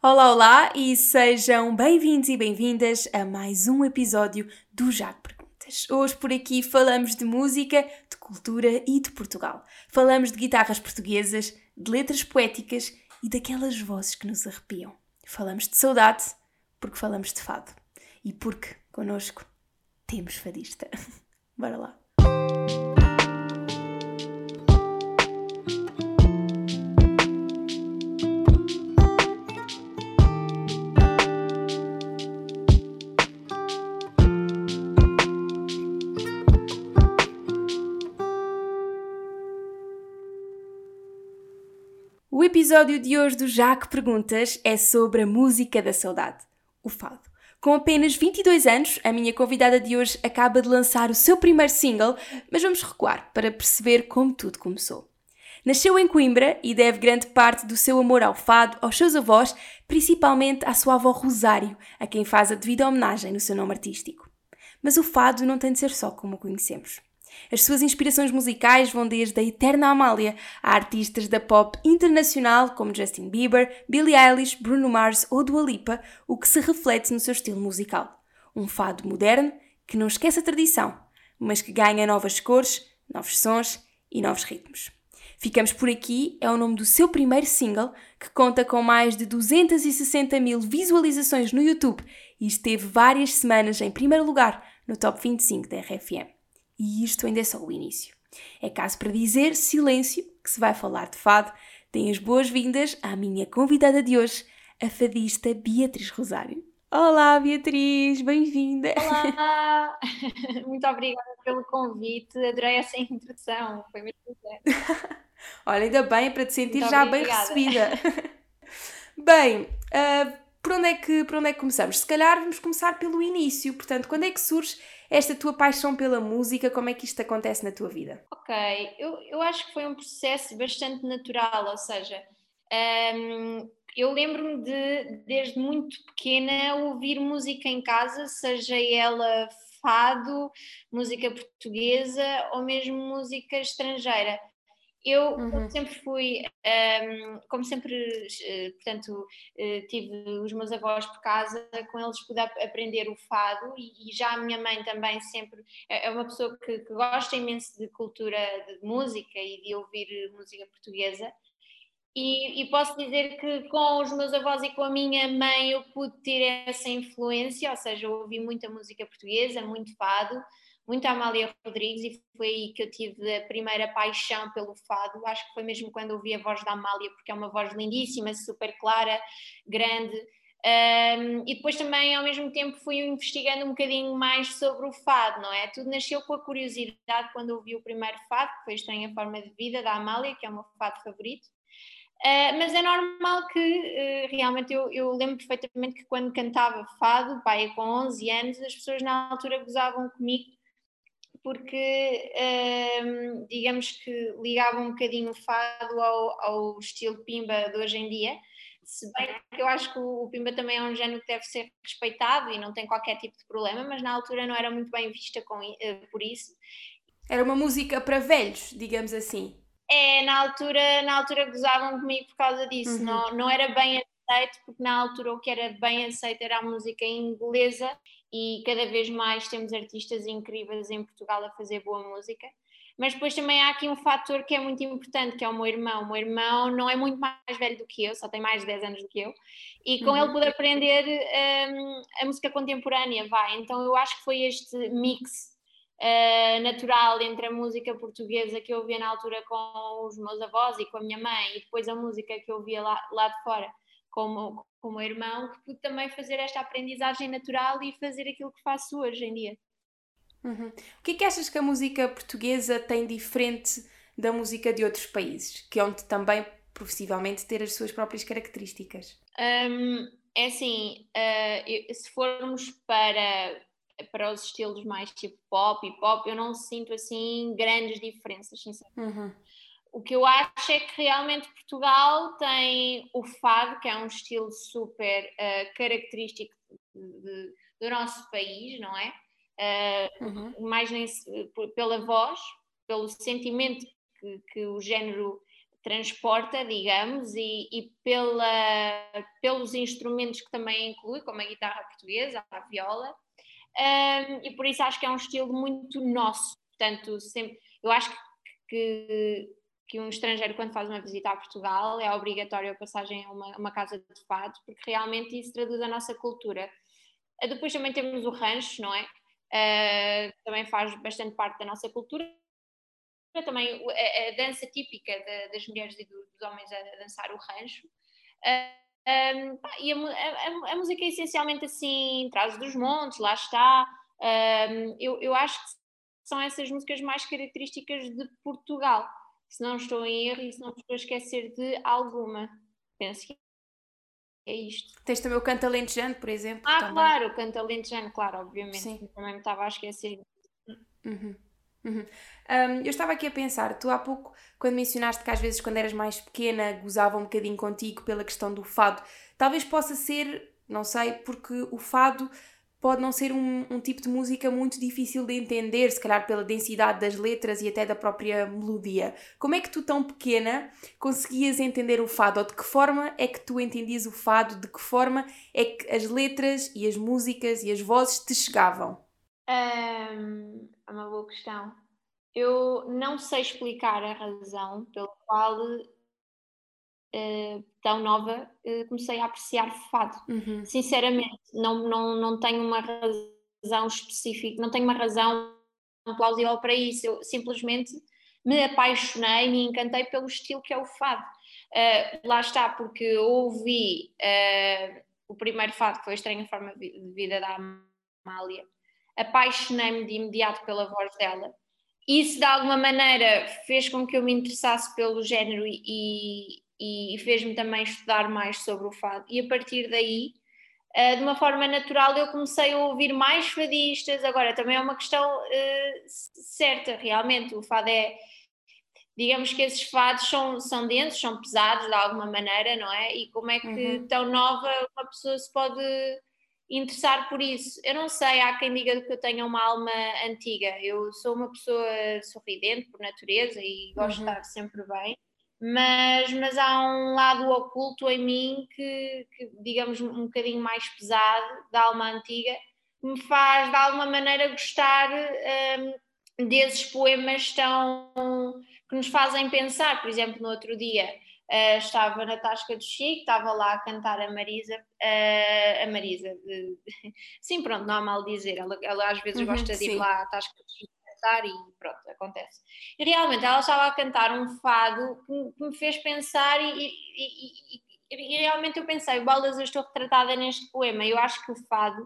Olá, olá e sejam bem-vindos e bem-vindas a mais um episódio do Jaco Perguntas. Hoje por aqui falamos de música, de cultura e de Portugal. Falamos de guitarras portuguesas, de letras poéticas e daquelas vozes que nos arrepiam. Falamos de saudade porque falamos de fado e porque, connosco, temos fadista. Bora lá. O episódio de hoje do Jaco Perguntas é sobre a música da saudade, o fado. Com apenas 22 anos, a minha convidada de hoje acaba de lançar o seu primeiro single, mas vamos recuar para perceber como tudo começou. Nasceu em Coimbra e deve grande parte do seu amor ao fado aos seus avós, principalmente à sua avó Rosário, a quem faz a devida homenagem no seu nome artístico. Mas o fado não tem de ser só como o conhecemos. As suas inspirações musicais vão desde a eterna Amália a artistas da pop internacional como Justin Bieber, Billie Eilish, Bruno Mars ou Dua Lipa, o que se reflete no seu estilo musical. Um fado moderno que não esquece a tradição, mas que ganha novas cores, novos sons e novos ritmos. Ficamos por aqui é o nome do seu primeiro single, que conta com mais de 260 mil visualizações no YouTube e esteve várias semanas em primeiro lugar no Top 25 da RFM. E isto ainda é só o início. É caso para dizer silêncio, que se vai falar de fado. Deem as boas-vindas à minha convidada de hoje, a fadista Beatriz Rosário. Olá, Beatriz, bem-vinda! Olá! Muito obrigada pelo convite, adorei essa introdução, foi mesmo sincero. Olha, ainda bem, para te sentir Muito já bem obrigada. recebida. Bem, por onde é que começamos? Se calhar vamos começar pelo início. Portanto, quando é que surge esta tua paixão pela música? Como é que isto acontece na tua vida? Ok, eu acho que foi um processo bastante natural, ou seja, eu lembro-me desde muito pequena, ouvir música em casa, seja ela fado, música portuguesa ou mesmo música estrangeira. Eu, como Uhum. sempre fui, como sempre, portanto, tive os meus avós por casa, com eles pude aprender o fado e já a minha mãe também sempre é uma pessoa que gosta imenso de cultura, de música e de ouvir música portuguesa. E posso dizer que com os meus avós e com a minha mãe eu pude ter essa influência, ou seja, eu ouvi muita música portuguesa, muito fado, muita Amália Rodrigues e foi aí que eu tive a primeira paixão pelo fado. Acho que foi mesmo quando ouvi a voz da Amália, porque é uma voz lindíssima, super clara, grande. E depois também, ao mesmo tempo, fui investigando um bocadinho mais sobre o fado, não é? Tudo nasceu com a curiosidade quando ouvi o primeiro fado, que foi Estranha Forma de Vida, da Amália, que é o meu fado favorito. Mas é normal que realmente eu lembro perfeitamente que quando cantava fado, pai, com 11 anos, as pessoas na altura gozavam comigo porque digamos que ligavam um bocadinho o fado ao estilo Pimba de hoje em dia, se bem que eu acho que o Pimba também é um género que deve ser respeitado e não tem qualquer tipo de problema, mas na altura não era muito bem vista por isso. Era uma música para velhos, digamos assim. Na altura gozavam comigo por causa disso, Uhum. não era bem aceito, porque na altura o que era bem aceito era a música inglesa e cada vez mais temos artistas incríveis em Portugal a fazer boa música. Mas depois também há aqui um fator que é muito importante, que é o meu irmão. O meu irmão não é muito mais velho do que eu, só tem mais de 10 anos do que eu, e com ele Uhum. pude aprender a música contemporânea, vai. Então eu acho que foi este mix natural entre a música portuguesa que eu ouvia na altura com os meus avós e com a minha mãe e depois a música que eu ouvia lá de fora com o meu irmão, que pude também fazer esta aprendizagem natural e fazer aquilo que faço hoje em dia. Uhum. O que é que achas que a música portuguesa tem diferente da música de outros países, que é onde também, possivelmente, ter as suas próprias características? É assim, se formos para os estilos mais tipo pop e pop, eu não sinto assim grandes diferenças, sinceramente. Uhum. O que eu acho é que realmente Portugal tem o fado, que é um estilo super característico do nosso país, não é? Uhum. Mais pela voz, pelo sentimento que o género transporta, digamos, e pelos instrumentos que também inclui, como a guitarra portuguesa, a viola, e por isso acho que é um estilo muito nosso. Portanto, sempre, eu acho que um estrangeiro, quando faz uma visita a Portugal, é obrigatório a passagem a uma casa de fado, porque realmente isso traduz a nossa cultura. Depois também temos o rancho, não é? Que também faz bastante parte da nossa cultura. Também a dança típica das mulheres e dos homens a dançar o rancho. E a música é essencialmente assim, Trás-os-Montes, lá está. Eu acho que são essas músicas mais características de Portugal, se não estou em erro e se não estou a esquecer de alguma. Penso que é isto. Tens também o canto alentejano, por exemplo, também. Claro, o canto alentejano, claro, obviamente. Sim. Também me estava a esquecer. Uhum. Eu estava aqui a pensar, tu há pouco, quando mencionaste que às vezes quando eras mais pequena gozavam um bocadinho contigo pela questão do fado, talvez possa ser, não sei, porque o fado pode não ser um tipo de música muito difícil de entender, se calhar pela densidade das letras e até da própria melodia. Como é que tu, tão pequena, conseguias entender o fado? Ou de que forma é que tu entendias o fado? De que forma é que as letras e as músicas e as vozes te chegavam? É uma boa questão. Eu não sei explicar a razão pela qual, tão nova, comecei a apreciar fado. Uhum, Sinceramente, não tenho uma razão específica, não tenho uma razão plausível para isso. Eu simplesmente me apaixonei, me encantei pelo estilo que é o fado. Lá está, porque eu ouvi o primeiro fado, que foi a Estranha Forma de Vida da Amália. Apaixonei-me de imediato pela voz dela. Isso de alguma maneira fez com que eu me interessasse pelo género e fez-me também estudar mais sobre o fado. E a partir daí, de uma forma natural, eu comecei a ouvir mais fadistas. Agora, também é uma questão certa, realmente. O fado é. Digamos que esses fados são densos, são pesados de alguma maneira, não é? E como é que uhum. tão nova uma pessoa se pode interessar por isso? Eu não sei, há quem diga que eu tenha uma alma antiga. Eu sou uma pessoa sorridente por natureza e gosto de Uhum. estar sempre bem, mas há um lado oculto em mim que, digamos, um bocadinho mais pesado, da alma antiga, que me faz de alguma maneira gostar desses poemas tão que nos fazem pensar. Por exemplo, no outro dia estava na Tasca do Chico, estava lá a cantar a Marisa, sim, pronto, não há mal dizer, ela às vezes Uhum, gosta de ir sim. lá à Tasca do Chico cantar e pronto, acontece. E realmente ela estava a cantar um fado que me fez pensar e realmente eu pensei, bolas, eu estou retratada neste poema. Eu acho que o fado,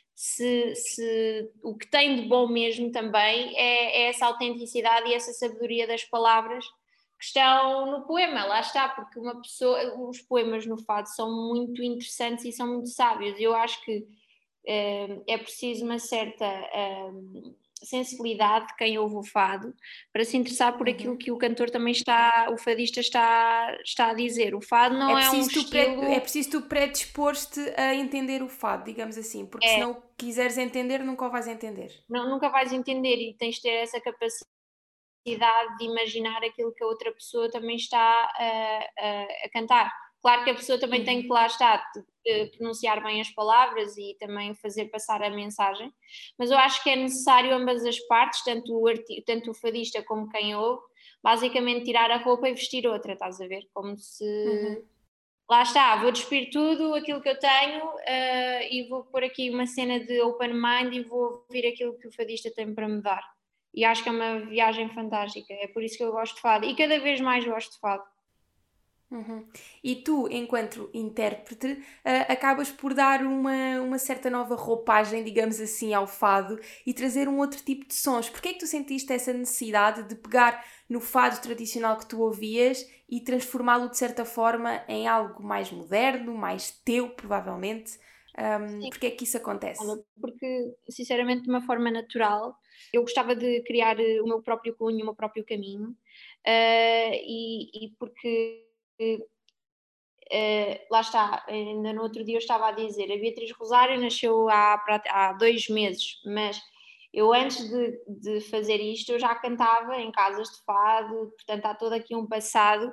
o que tem de bom mesmo também é essa autenticidade e essa sabedoria das palavras que estão no poema. Lá está, porque uma pessoa, os poemas no fado são muito interessantes e são muito sábios. Eu acho que é preciso uma certa sensibilidade de quem ouve o fado para se interessar por aquilo Uhum. que o cantor também está, o fadista está a dizer. O fado É não é um preciso é estilo. preciso tu predispor-te a entender o fado, digamos assim, porque se É, não quiseres entender, nunca o vais entender. nunca vais entender e tens de ter essa capacidade de imaginar aquilo que a outra pessoa também está a cantar. Claro que a pessoa também tem que Uhum. lá estar, pronunciar bem as palavras e também fazer passar a mensagem, mas eu acho que é necessário ambas as partes, tanto o fadista como quem ouve, basicamente tirar a roupa e vestir outra, estás a ver? Como se. Uhum. Lá está, vou despir tudo aquilo que eu tenho e vou pôr aqui uma cena de open mind e vou ouvir aquilo que o fadista tem para me dar. E acho que é uma viagem fantástica, é por isso que eu gosto de fado e cada vez mais gosto de fado. Uhum. E tu, enquanto intérprete, acabas por dar uma certa nova roupagem, digamos assim, ao fado e trazer um outro tipo de sons. Porquê é que tu sentiste essa necessidade de pegar no fado tradicional que tu ouvias e transformá-lo de certa forma em algo mais moderno, mais teu, provavelmente? Sim, Porquê é que isso acontece? olha, porque sinceramente de uma forma natural eu gostava de criar o meu próprio cunho, o meu próprio caminho e porque lá está, ainda no outro dia eu estava a dizer, a Beatriz Rosário nasceu há 2 meses, mas Eu antes de fazer isto, eu já cantava em casas de fado, portanto há todo aqui um passado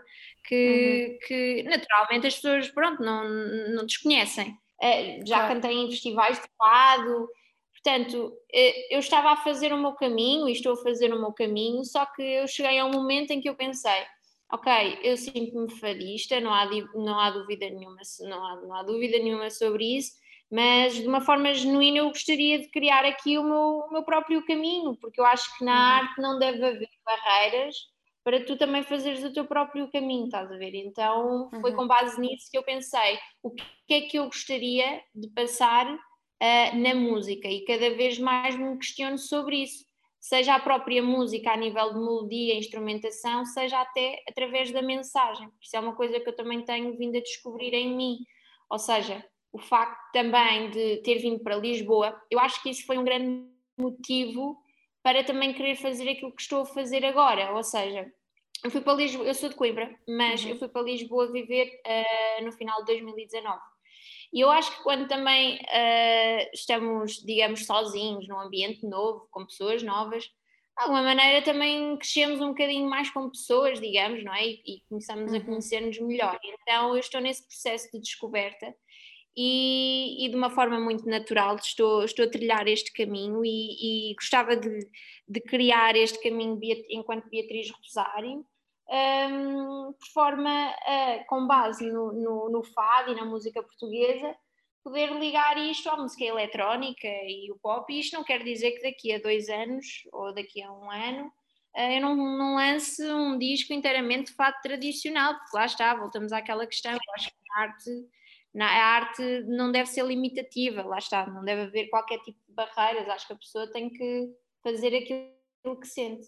que naturalmente as pessoas, pronto, não desconhecem. Já Claro. cantei em festivais de fado, portanto, eu estava a fazer o meu caminho e estou a fazer o meu caminho, só que eu cheguei a um momento em que eu pensei, ok, eu sinto-me fadista, não há dúvida nenhuma, não há dúvida nenhuma sobre isso, mas de uma forma genuína eu gostaria de criar aqui o meu próprio caminho, porque eu acho que na arte não deve haver barreiras para tu também fazeres o teu próprio caminho, estás a ver? Então foi com base nisso que eu pensei o que é que eu gostaria de passar na música e cada vez mais me questiono sobre isso, seja a própria música a nível de melodia, instrumentação, seja até através da mensagem. Isso é uma coisa que eu também tenho vindo a descobrir em mim, ou seja, o facto também de ter vindo para Lisboa, eu acho que isso foi um grande motivo para também querer fazer aquilo que estou a fazer agora, ou seja, eu fui para Lisboa, eu sou de Coimbra, mas eu fui para Lisboa viver no final de 2019. E eu acho que quando também estamos, digamos, sozinhos, num ambiente novo, com pessoas novas, de alguma maneira também crescemos um bocadinho mais com pessoas, digamos, não é? E começamos a conhecer-nos melhor. Então eu estou nesse processo de descoberta e de uma forma muito natural estou a trilhar este caminho e gostava de criar este caminho enquanto Beatriz Rosário, por forma, com base no fado e na música portuguesa, poder ligar isto à música eletrónica e o pop. E isto não quer dizer que daqui a 2 anos ou daqui a um ano eu não lance um disco inteiramente de fado tradicional, porque lá está, voltamos àquela questão. Eu acho que a arte não deve ser limitativa, lá está, não deve haver qualquer tipo de barreiras. Acho que a pessoa tem que fazer aquilo que sente.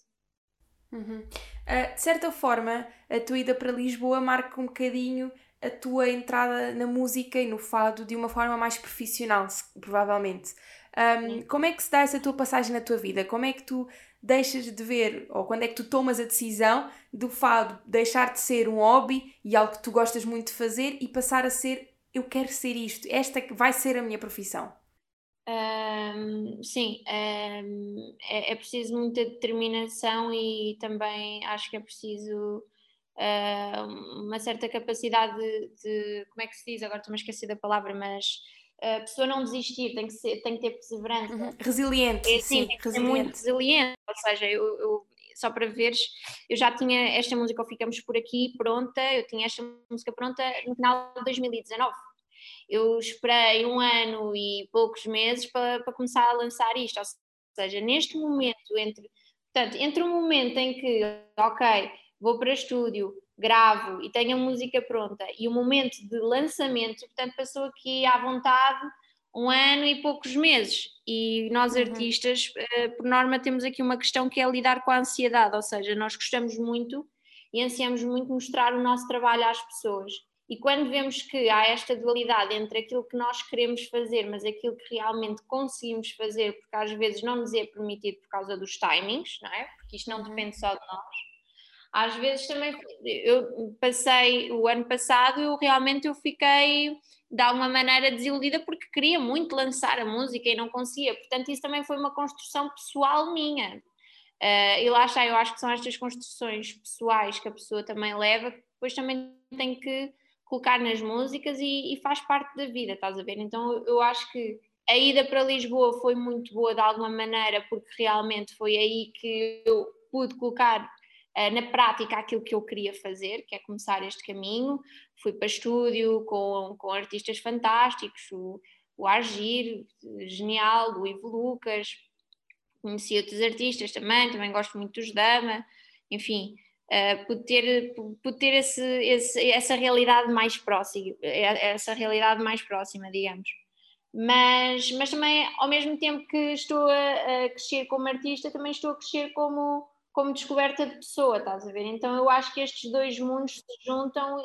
De certa forma, a tua ida para Lisboa marca um bocadinho a tua entrada na música e no fado de uma forma mais profissional, provavelmente. Como é que se dá essa tua passagem na tua vida? Como é que tu deixas de ver, ou quando é que tu tomas a decisão do fado deixar de ser um hobby e algo que tu gostas muito de fazer e passar a ser, eu quero ser isto, esta que vai ser a minha profissão? Sim, é preciso muita determinação e também acho que é preciso uma certa capacidade como é que se diz? Agora estou-me a esquecer da palavra, mas a pessoa não desistir, tem que ter perseverança. É Resiliente, assim, sim, tem que ser muito resiliente. resiliente, ou seja, só para veres, eu já tinha esta música, ou Ficamos por Aqui, pronta, eu tinha esta música pronta no final de 2019. Eu esperei 1 ano e poucos meses para começar a lançar isto, ou seja, neste momento, entre o momento em que, ok, vou para estúdio, gravo e tenho a música pronta, e o momento de lançamento, portanto, passou aqui à vontade 1 ano e poucos meses. E nós artistas, por norma, temos aqui uma questão que é lidar com a ansiedade, ou seja, nós gostamos muito e ansiamos muito mostrar o nosso trabalho às pessoas. E quando vemos que há esta dualidade entre aquilo que nós queremos fazer, mas aquilo que realmente conseguimos fazer, porque às vezes não nos é permitido por causa dos timings, não é? Porque isto não depende só de nós. Às vezes também, eu passei o ano passado, eu fiquei de alguma maneira desiludida porque queria muito lançar a música e não conseguia. Portanto, isso também foi uma construção pessoal minha. E lá está, eu acho que são estas construções pessoais que a pessoa também leva, que depois também tem que colocar nas músicas e faz parte da vida, estás a ver? Então eu acho que a ida para Lisboa foi muito boa de alguma maneira, porque realmente foi aí que eu pude colocar na prática aquilo que eu queria fazer, que é começar este caminho. Fui para estúdio com artistas fantásticos, o Argir, genial, o Ivo Lucas, conheci outros artistas também gosto muito dos Dama, enfim, pude ter essa realidade mais próxima, digamos. Mas também, ao mesmo tempo que estou a crescer como artista, também estou a crescer como descoberta de pessoa, estás a ver? Então eu acho que estes dois mundos se juntam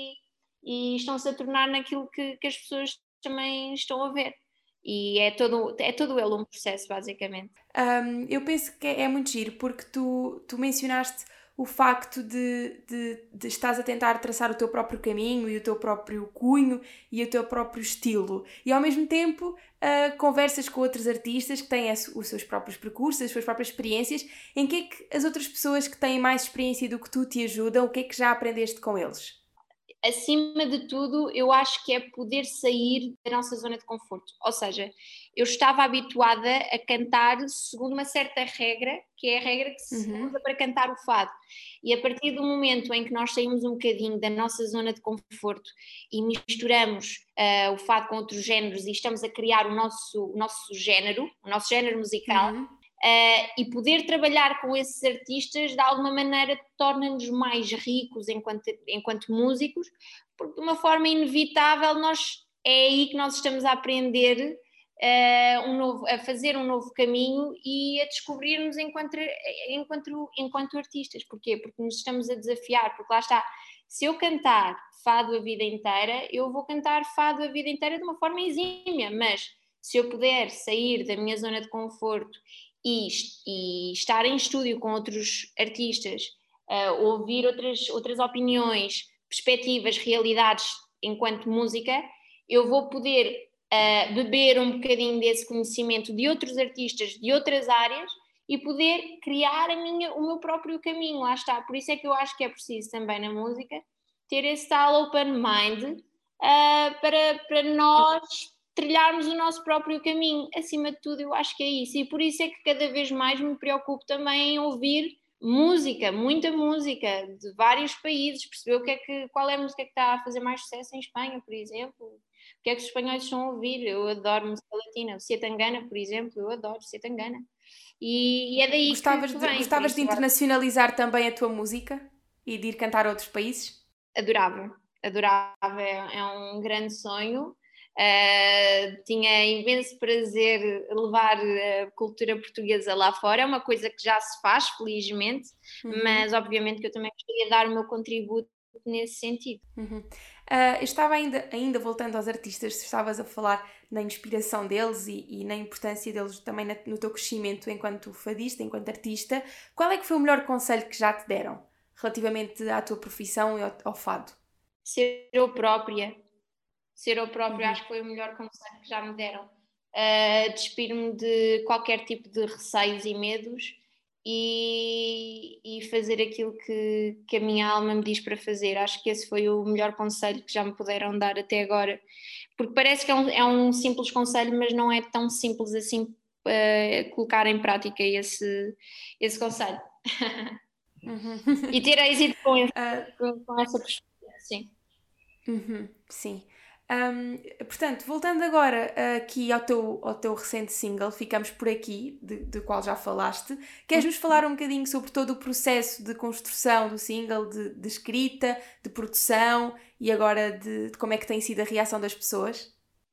e estão-se a tornar naquilo que as pessoas também estão a ver. E é todo ele um processo, basicamente. Eu penso que é muito giro porque tu mencionaste o facto de estás a tentar traçar o teu próprio caminho e o teu próprio cunho e o teu próprio estilo. E ao mesmo tempo conversas com outros artistas que têm os seus próprios percursos, as suas próprias experiências. Em que é que as outras pessoas que têm mais experiência do que tu te ajudam? O que é que já aprendeste com eles? Acima de tudo, eu acho que é poder sair da nossa zona de conforto. Ou seja, eu estava habituada a cantar segundo uma certa regra, que é a regra que se usa para cantar o fado. E a partir do momento em que nós saímos um bocadinho da nossa zona de conforto e misturamos o fado com outros géneros e estamos a criar o nosso género musical, e poder trabalhar com esses artistas de alguma maneira torna-nos mais ricos enquanto músicos, porque de uma forma inevitável é aí que nós estamos a aprender a fazer um novo caminho e a descobrir-nos enquanto artistas. Porquê? Porque nos estamos a desafiar, porque lá está, se eu cantar fado a vida inteira, eu vou cantar fado a vida inteira de uma forma exímia, mas se eu puder sair da minha zona de conforto e estar em estúdio com outros artistas, ouvir outras opiniões, perspectivas, realidades enquanto música, eu vou poder beber um bocadinho desse conhecimento de outros artistas de outras áreas e poder criar o meu próprio caminho. Lá está, por isso é que eu acho que é preciso também na música ter esse tal open mind para nós trilharmos o nosso próprio caminho. Acima de tudo, eu acho que é isso. E por isso é que cada vez mais me preocupo também em ouvir música, muita música de vários países, perceber qual é a música que está a fazer mais sucesso em Espanha, por exemplo. O que é que os espanhóis estão a ouvir? Eu adoro música latina. O Setangana, por exemplo, eu adoro Setangana. E é daí Gostavas que vem. gostavas de internacionalizar também a tua música e de ir cantar a outros países? Adorava, é um grande sonho. Tinha imenso prazer levar a cultura portuguesa lá fora, é uma coisa que já se faz, felizmente, mas obviamente que eu também gostaria de dar o meu contributo nesse sentido. Eu estava ainda voltando aos artistas, estavas a falar na inspiração deles e na importância deles também no teu crescimento enquanto fadista, enquanto artista. Qual é que foi o melhor conselho que já te deram relativamente à tua profissão e ao fado? Ser eu própria, acho que foi o melhor conselho que já me deram. Despir-me de qualquer tipo de receios e medos e fazer aquilo que a minha alma me diz para fazer. Acho que esse foi o melhor conselho que já me puderam dar até agora, porque parece que é um simples conselho, mas não é tão simples assim colocar em prática esse conselho. E ter êxito com essa perspectiva, sim. Sim. Portanto, voltando agora aqui ao teu recente single, ficamos por aqui, de qual já falaste. Queres-nos falar um bocadinho sobre todo o processo de construção do single, de escrita, de produção e agora de como é que tem sido a reação das pessoas?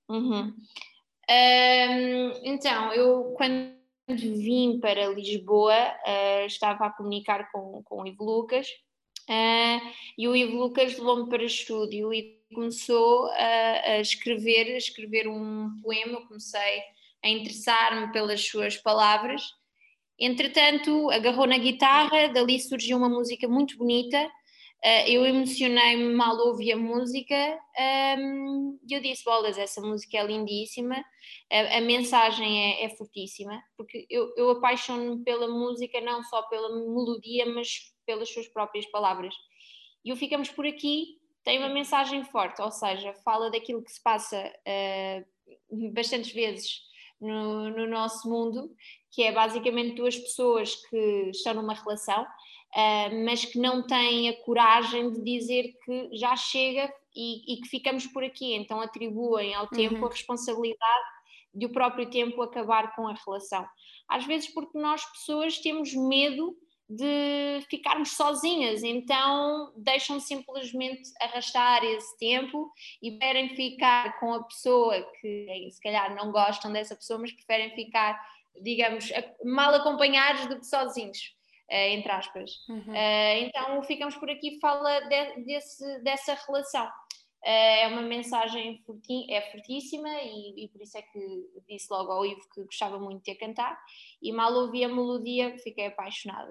Então, eu quando vim para Lisboa estava a comunicar com o Ivo Lucas e o Ivo Lucas levou-me para o estúdio e começou a escrever um poema. Eu comecei a interessar-me pelas suas palavras. Entretanto, agarrou na guitarra, dali surgiu uma música muito bonita. Eu emocionei-me mal ouvi a música e eu disse, bolas, essa música é lindíssima, a mensagem é fortíssima, porque eu apaixono-me pela música não só pela melodia, mas pelas suas próprias palavras. E o Ficamos Por Aqui tem uma mensagem forte, ou seja, fala daquilo que se passa bastantes vezes no nosso mundo, que é basicamente duas pessoas que estão numa relação, mas que não têm a coragem de dizer que já chega e que ficamos por aqui, então atribuem ao tempo a responsabilidade de o próprio tempo acabar com a relação. Às vezes porque nós pessoas temos medo de ficarmos sozinhas, então deixam simplesmente arrastar esse tempo e preferem ficar com a pessoa que se calhar não gostam dessa pessoa, mas preferem ficar, digamos, mal acompanhados do que sozinhos, entre aspas. Então Ficamos Por Aqui fala dessa relação. É uma mensagem fortíssima e por isso é que disse logo ao Ivo que gostava muito de a cantar e mal ouvi a melodia fiquei apaixonada.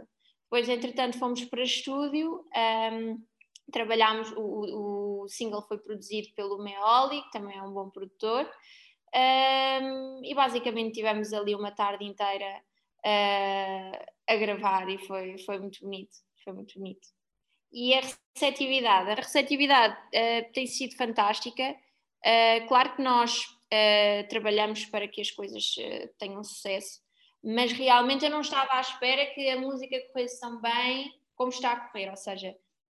Depois, entretanto, fomos para estúdio, trabalhámos, o single foi produzido pelo Meoli, que também é um bom produtor, e basicamente tivemos ali uma tarde inteira a gravar e foi muito bonito, foi muito bonito. E a receptividade tem sido fantástica. Claro que nós trabalhamos para que as coisas tenham sucesso, mas realmente eu não estava à espera que a música corresse tão bem como está a correr, ou seja,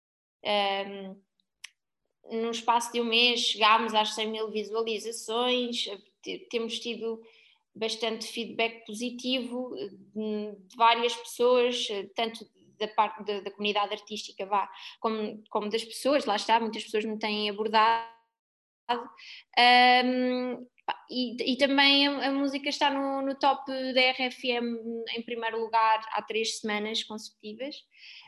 num espaço de um mês chegámos às 100 mil visualizações, temos tido bastante feedback positivo de várias pessoas, tanto da parte da comunidade artística, como das pessoas, lá está, muitas pessoas me têm abordado. E também a música está no top da RFM em primeiro lugar há 3 semanas consecutivas,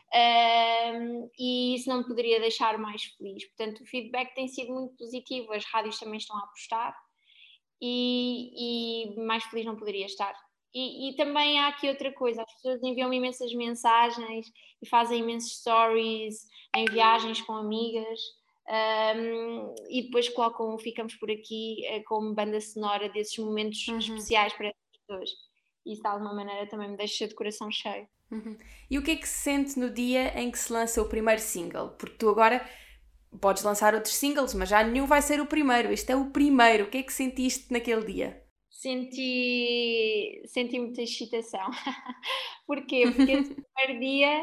e isso não me poderia deixar mais feliz. Portanto, o feedback tem sido muito positivo, as rádios também estão a apostar, e mais feliz não poderia estar. E também há aqui outra coisa, as pessoas enviam imensas mensagens e fazem imensos stories em viagens com amigas, e depois colocam Ficamos por Aqui como banda sonora desses momentos especiais para essas pessoas. E isso de alguma maneira também me deixa de coração cheio. E o que é que se sente no dia em que se lança o primeiro single? Porque tu agora podes lançar outros singles, mas já nenhum vai ser o primeiro. Este é o primeiro. O que é que sentiste naquele dia? Senti muita excitação. Porquê? Porque esse primeiro dia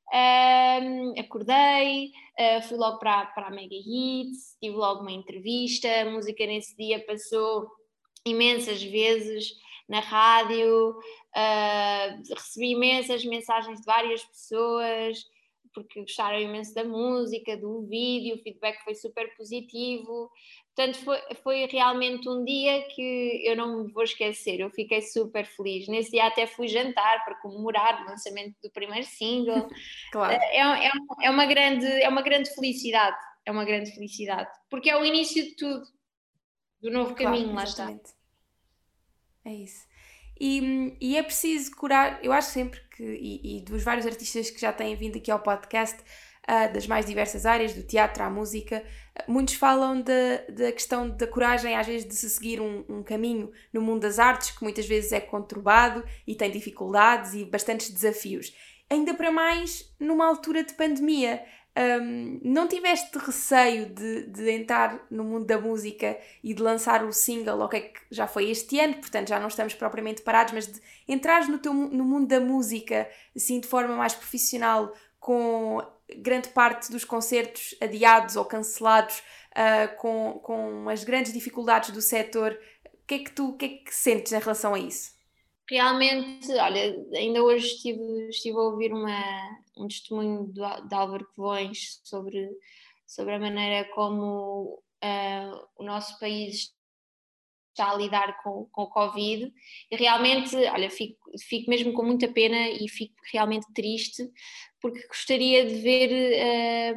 acordei, fui logo para a Mega Hits, tive logo uma entrevista, a música nesse dia passou imensas vezes na rádio, recebi imensas mensagens de várias pessoas porque gostaram imenso da música, do vídeo, o feedback foi super positivo. Portanto, foi realmente um dia que eu não me vou esquecer, eu fiquei super feliz. Nesse dia até fui jantar para comemorar o lançamento do primeiro single. Claro. É uma grande felicidade, é uma grande felicidade, porque é o início de tudo, do novo caminho, lá está. Exatamente. É isso. E é preciso curar, eu acho sempre que, e dos vários artistas que já têm vindo aqui ao podcast, das mais diversas áreas, do teatro à música, muitos falam da questão da coragem, às vezes, de se seguir um caminho no mundo das artes, que muitas vezes é conturbado e tem dificuldades e bastantes desafios. Ainda para mais numa altura de pandemia. Não tiveste receio de entrar no mundo da música e de lançar o single, ok, que já foi este ano, portanto já não estamos propriamente parados, mas de entrares no mundo da música assim de forma mais profissional, com grande parte dos concertos adiados ou cancelados, com as grandes dificuldades do setor, o que é que sentes em relação a isso? Realmente, olha, ainda hoje estive a ouvir um testemunho de Álvaro Covões sobre a maneira como o nosso país está a lidar com o Covid, e realmente, olha, fico mesmo com muita pena e fico realmente triste, porque gostaria de ver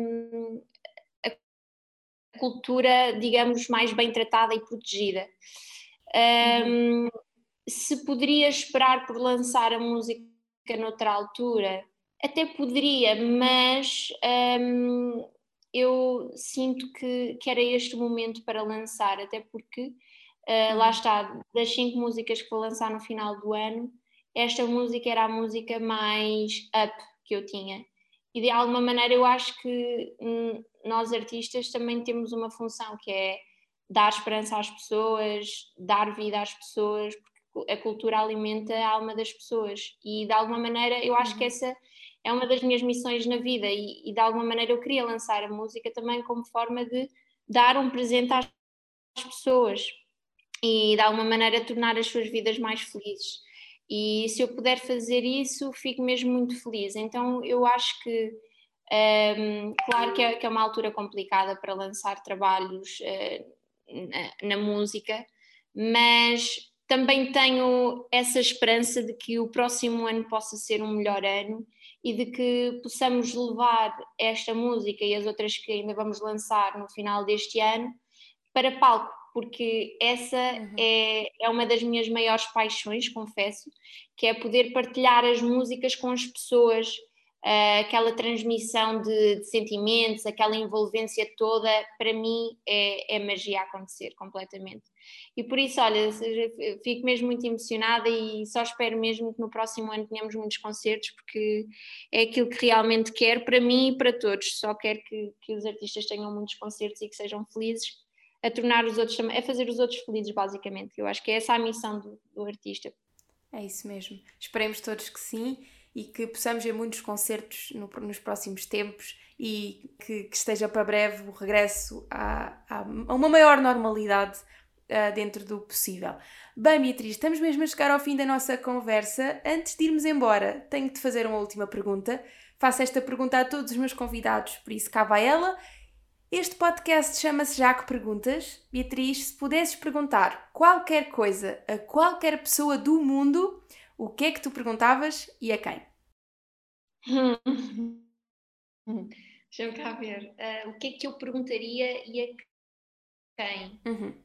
a cultura, digamos, mais bem tratada e protegida. Se poderia esperar por lançar a música noutra altura, até poderia, mas eu sinto que era este o momento para lançar, até porque lá está, das 5 músicas que vou lançar no final do ano, esta música era a música mais up que eu tinha. E de alguma maneira eu acho que nós artistas também temos uma função que é dar esperança às pessoas, dar vida às pessoas, porque a cultura alimenta a alma das pessoas, e de alguma maneira eu acho que essa é uma das minhas missões na vida, e de alguma maneira eu queria lançar a música também como forma de dar um presente às pessoas e de alguma maneira tornar as suas vidas mais felizes. E se eu puder fazer isso, fico mesmo muito feliz. Então eu acho que claro que é uma altura complicada para lançar trabalhos na música, mas também tenho essa esperança de que o próximo ano possa ser um melhor ano e de que possamos levar esta música e as outras que ainda vamos lançar no final deste ano para palco, porque essa é uma das minhas maiores paixões, confesso, que é poder partilhar as músicas com as pessoas, aquela transmissão de sentimentos, aquela envolvência toda, para mim é magia a acontecer completamente. E por isso, olha, fico mesmo muito emocionada e só espero mesmo que no próximo ano tenhamos muitos concertos, porque é aquilo que realmente quero para mim e para todos. Só quero que os artistas tenham muitos concertos e que sejam felizes, a tornar os outros, a fazer os outros felizes, basicamente. Eu acho que é essa a missão do artista. É isso mesmo. Esperemos todos que sim e que possamos ver muitos concertos nos próximos tempos e que esteja para breve o regresso a uma maior normalidade dentro do possível. Bem, Beatriz, estamos mesmo a chegar ao fim da nossa conversa. Antes de irmos embora, tenho de te fazer uma última pergunta. Faço esta pergunta a todos os meus convidados, por isso cá vai ela. Este podcast chama-se Já que Perguntas. Beatriz, se pudesses perguntar qualquer coisa a qualquer pessoa do mundo, o que é que tu perguntavas e a quem? Deixa-me cá ver. O que é que eu perguntaria e a quem?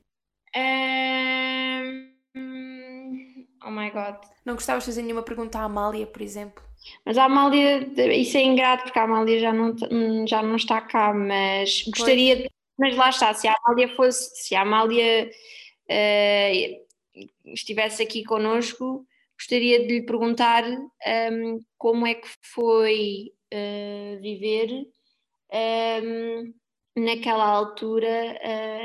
Oh my God. Não gostavas de fazer nenhuma pergunta à Amália, por exemplo? Mas a Amália, isso é ingrato porque a Amália já não está cá, mas gostaria de, mas lá está, se a Amália estivesse aqui connosco, gostaria de lhe perguntar como é que foi viver naquela altura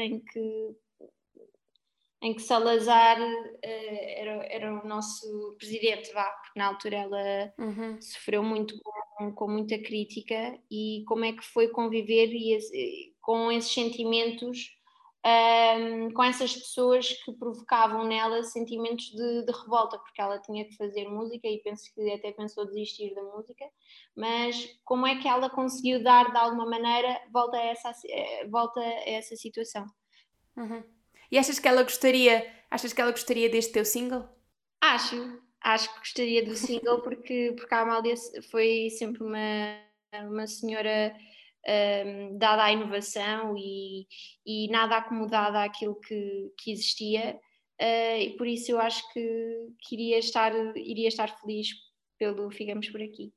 em que Salazar era o nosso presidente, porque na altura ela sofreu muito com muita crítica, e como é que foi conviver com esses sentimentos, com essas pessoas que provocavam nela sentimentos de revolta, porque ela tinha que fazer música e penso que até pensou desistir da música, mas como é que ela conseguiu dar de alguma maneira volta a essa situação? E achas que ela gostaria deste teu single? Acho que gostaria do single porque a Amália foi sempre uma senhora dada à inovação e nada acomodada àquilo que existia, e por isso eu acho que iria estar feliz pelo Ficamos por Aqui.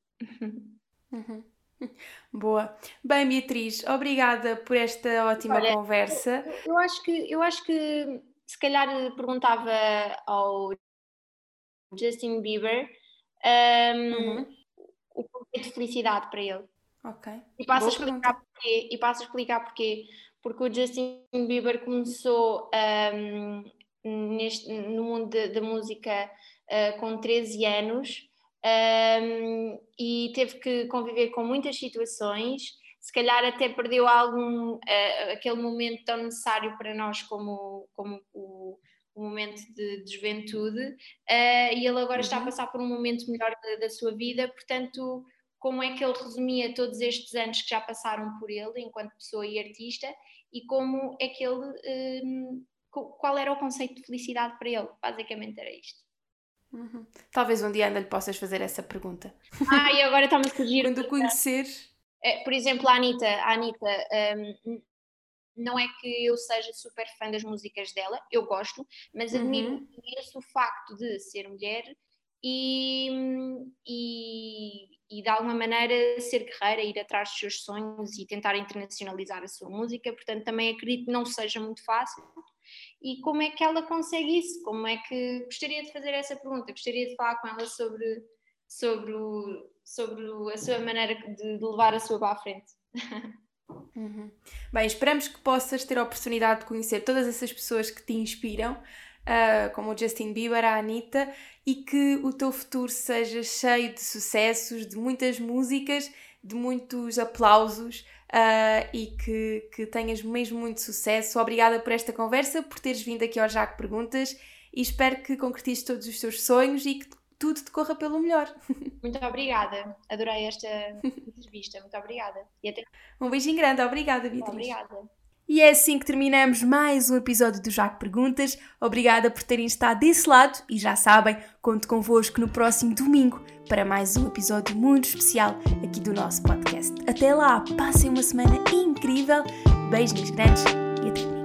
Boa. Bem, Beatriz, obrigada por esta ótima conversa. Eu acho que se calhar perguntava ao Justin Bieber o conceito de felicidade para ele. Ok. E passo a explicar porquê. Porque o Justin Bieber começou no mundo da música com 13 anos e teve que conviver com muitas situações, se calhar até perdeu aquele momento tão necessário para nós como o momento de juventude, e ele agora está a passar por um momento melhor da sua vida, portanto, como é que ele resumia todos estes anos que já passaram por ele enquanto pessoa e artista, e como é que ele, qual era o conceito de felicidade para ele, basicamente era isto. Talvez um dia ainda lhe possas fazer essa pergunta. E agora está-me a surgir... Quando o conheceres... Por exemplo, a Anitta, não é que eu seja super fã das músicas dela, eu gosto, mas admiro imenso o facto de ser mulher e de alguma maneira ser guerreira, ir atrás dos seus sonhos e tentar internacionalizar a sua música, portanto também acredito que não seja muito fácil. E como é que ela consegue isso? Como é que... Gostaria de fazer essa pergunta, gostaria de falar com ela sobre a sua maneira de levar a sua para a frente. Bem, esperamos que possas ter a oportunidade de conhecer todas essas pessoas que te inspiram, como o Justin Bieber, a Anitta, e que o teu futuro seja cheio de sucessos, de muitas músicas, de muitos aplausos, e que tenhas mesmo muito sucesso. Obrigada por esta conversa, por teres vindo aqui ao Já que Perguntas, e espero que concretizes todos os teus sonhos e que tudo te corra pelo melhor. Muito obrigada, adorei esta entrevista, muito obrigada. E até... Um beijinho grande, obrigada, Beatriz. Obrigada. E é assim que terminamos mais um episódio do Já que Perguntas. Obrigada por terem estado desse lado e já sabem, conto convosco no próximo domingo para mais um episódio muito especial aqui do nosso podcast. Até lá, passem uma semana incrível, beijinhos grandes e até domingo.